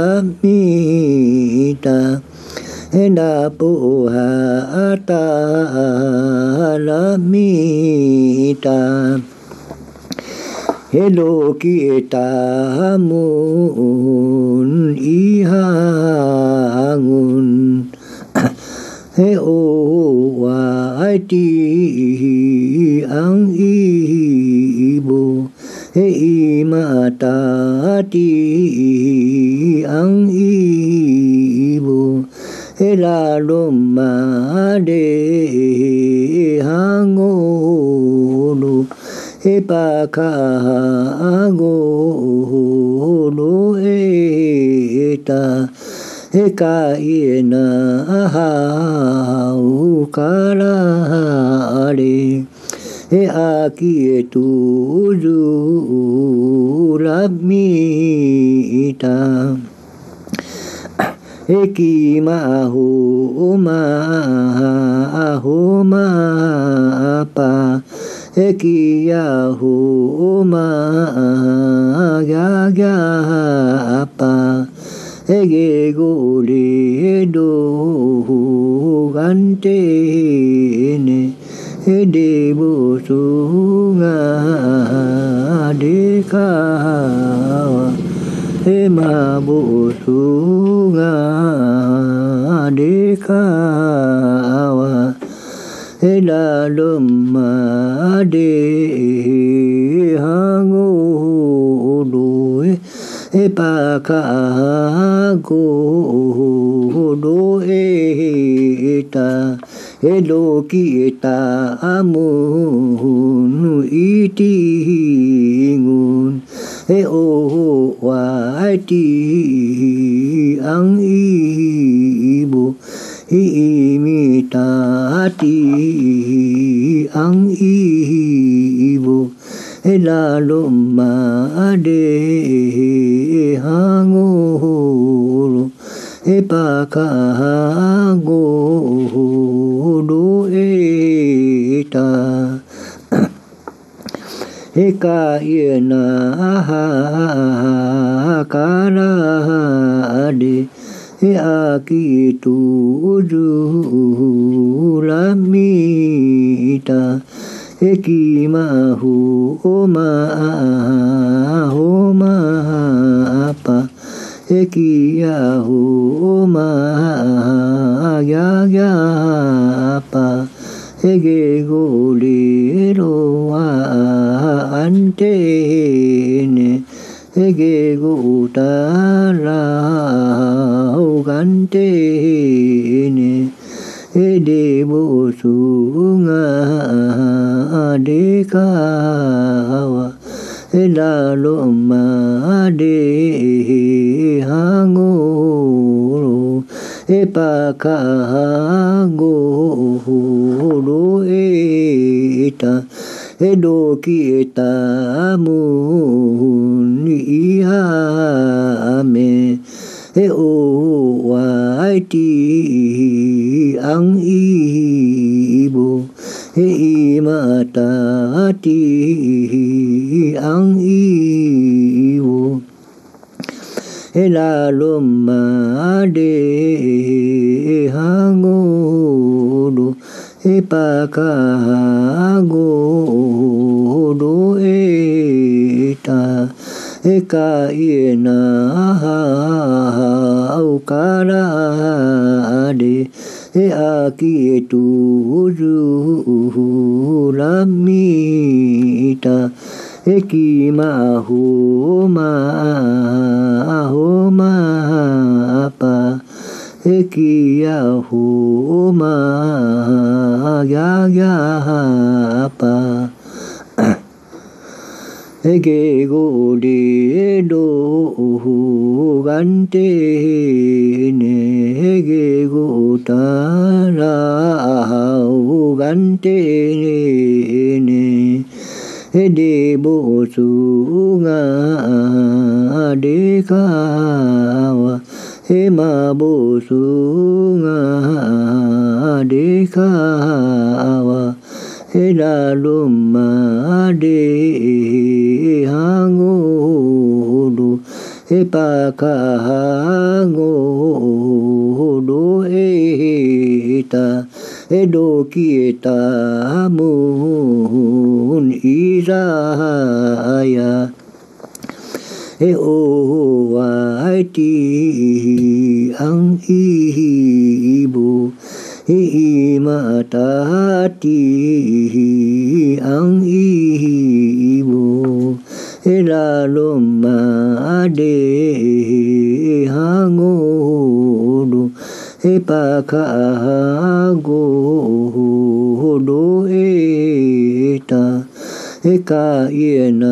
ramita ena po ha ata ramita Heloki etamun ihangun he o waiti ang ibu he imatati ang ibu he lalomade hangolu he pakagolo eta he kaina haukarare he aki tuju labmita he kimahoma pa Ekiyahuma gagapa egegole do gantene edebusunga dekawa emabusunga dekawa elalomade hangolo epakagodo eta eloki eta amunu itingun o waiti ang ibu imitati ang ibu elalomade hangolo epakagodo eta ekaina karade aki tuju lamita ekimahu homa apa ekiyahu homa apa egegolero antene egegotara gantene edebosunga dekawa elalomade hangolo epakagodo eta edoki etamun ihame o waiti ang ibu imatati ang ibu elalomade hangolo epakagodo eta ekaina haukarade aki tuju lamita ekimahu homa apa ekiyahu gagapa egegole do gantene egegotara gantene edebosunga dekawa emabosunga dekawa elalomade hangolo epakagodo eta Edo kita mun Isaya o waiti ang ibu matati ang ibu lalom ade hangodo pakagodo eta eka iena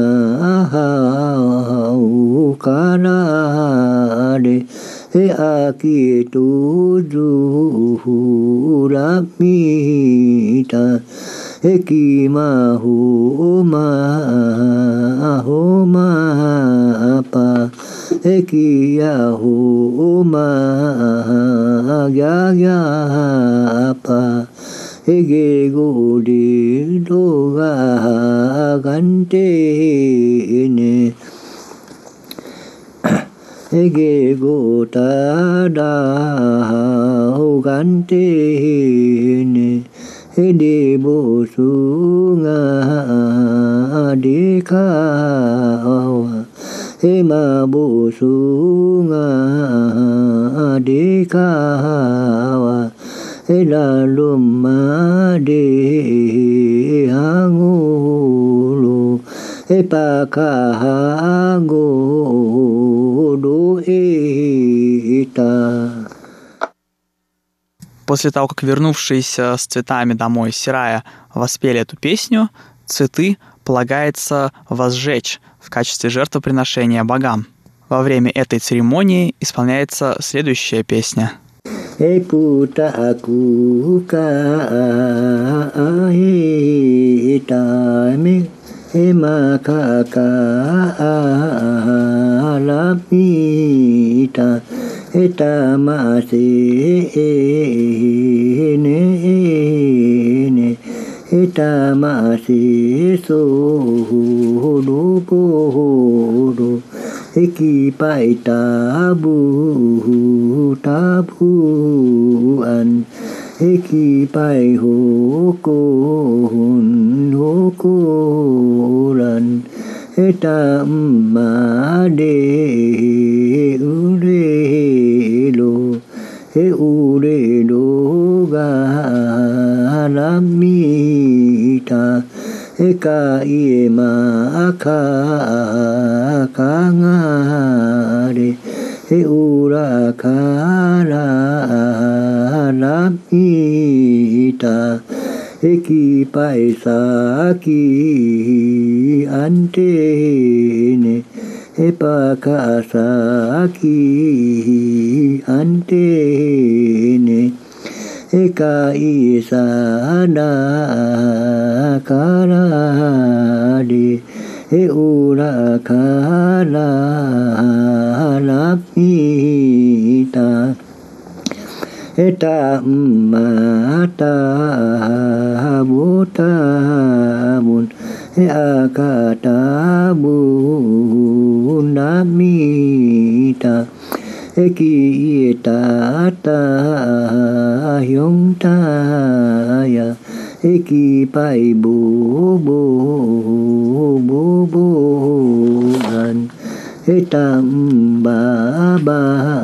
hau kanade aki tuju ramita eki mahu ma apa eki yahu ma ya apa ege godi doga gante ne ege gota da gante ne ede bosunga dekawa ema bosunga dekawa elaluma de hangulu epakahago do eta. После того, как вернувшиеся с цветами домой Сирая воспели эту песню, цветы полагается возжечь в качестве жертвоприношения богам. Во время этой церемонии исполняется следующая песня. Puta aku ka ahitame maka ka alamita etamase ne etamase sodo podo eki pai tabuan eki pai hokoran eta made urelo galamita eka iema kangare ura kara lamita eki paisaki antene epakasaki antene eka isana karade ura kara lamita eta mata botabun akatabun namita eki tata yongtaya eki pai bobogan etam baba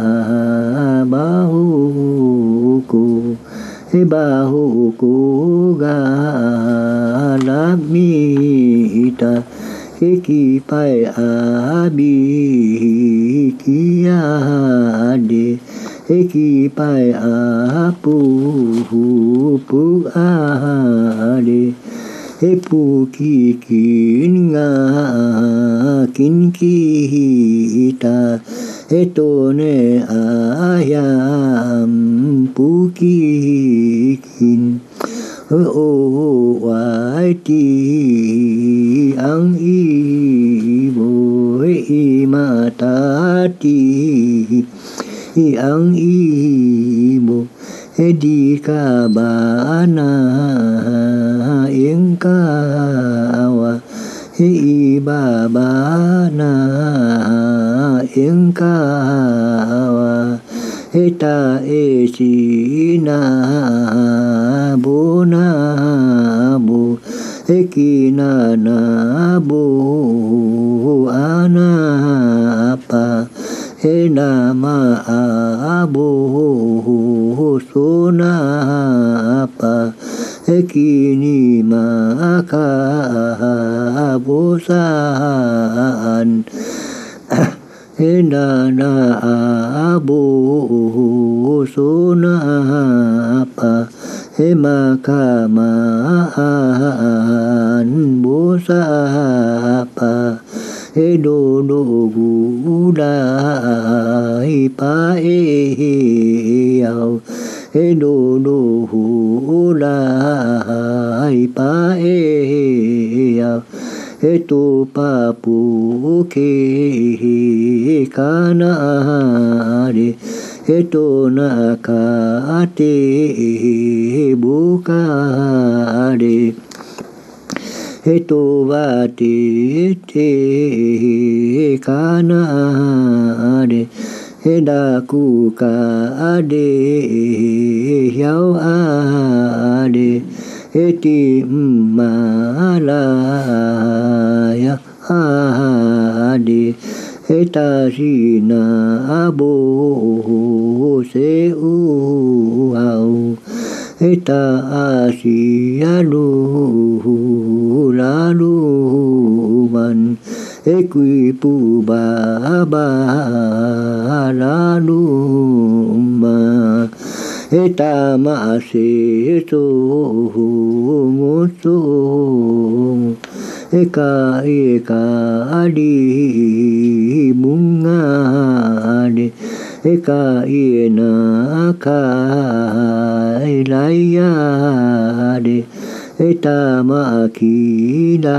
bahuku galamita eki pai abi kiade eki pai apu ade epu kikinga kinkita etone ayam pukikin waiti ang ibo matati ang ibo edika bana ingkawa ibabana ingkawa eta esi na bo ekina na bo anapa ena ma abo sonapa ekini maka bosan ena na abo sonapa emaka maan bosapa edodo gudai paeyau edodo gudai paeyau eto papu ke kanare eto nakate bukare eto bate te kanare edaku kade yau ade eti malaya ade etasina abo se uau eta asialu lalu man equipu baba lalu ma eta maase so moso eka adi bunga de eka ina kai laya de eta makida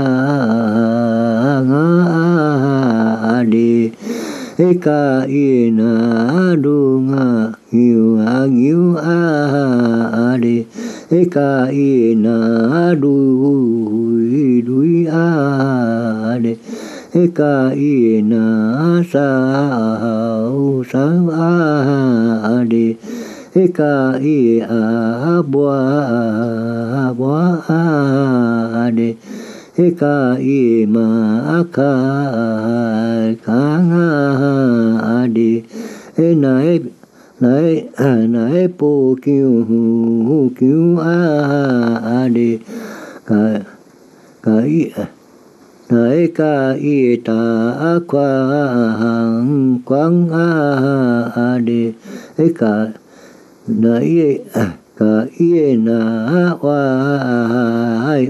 ade eka ina dunga ngiu ade eka ina dui ade eka ina sau ade eka bua ade eka makai ade nae po kiu ade nae ka ita kwang ade eka nae ka na wai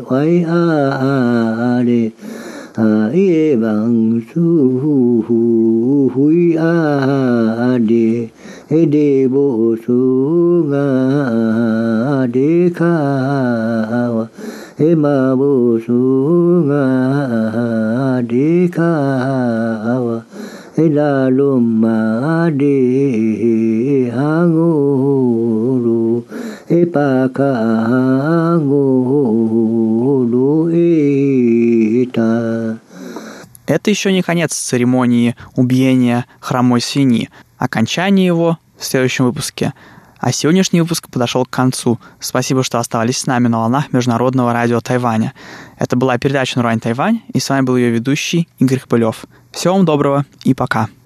ade ie bang su hui ade ede bo su nga de ka ema bo su nga de ka ela loma de hanguru epaka hanguru eta. Это еще не конец церемонии убиения хромой свиньи. Окончание его в следующем выпуске. А сегодняшний выпуск подошел к концу. Спасибо, что оставались с нами на волнах Международного радио Тайваня. Это была передача «Нурань Тайвань», и с вами был ее ведущий Игорь Кобылев. Всего вам доброго и пока.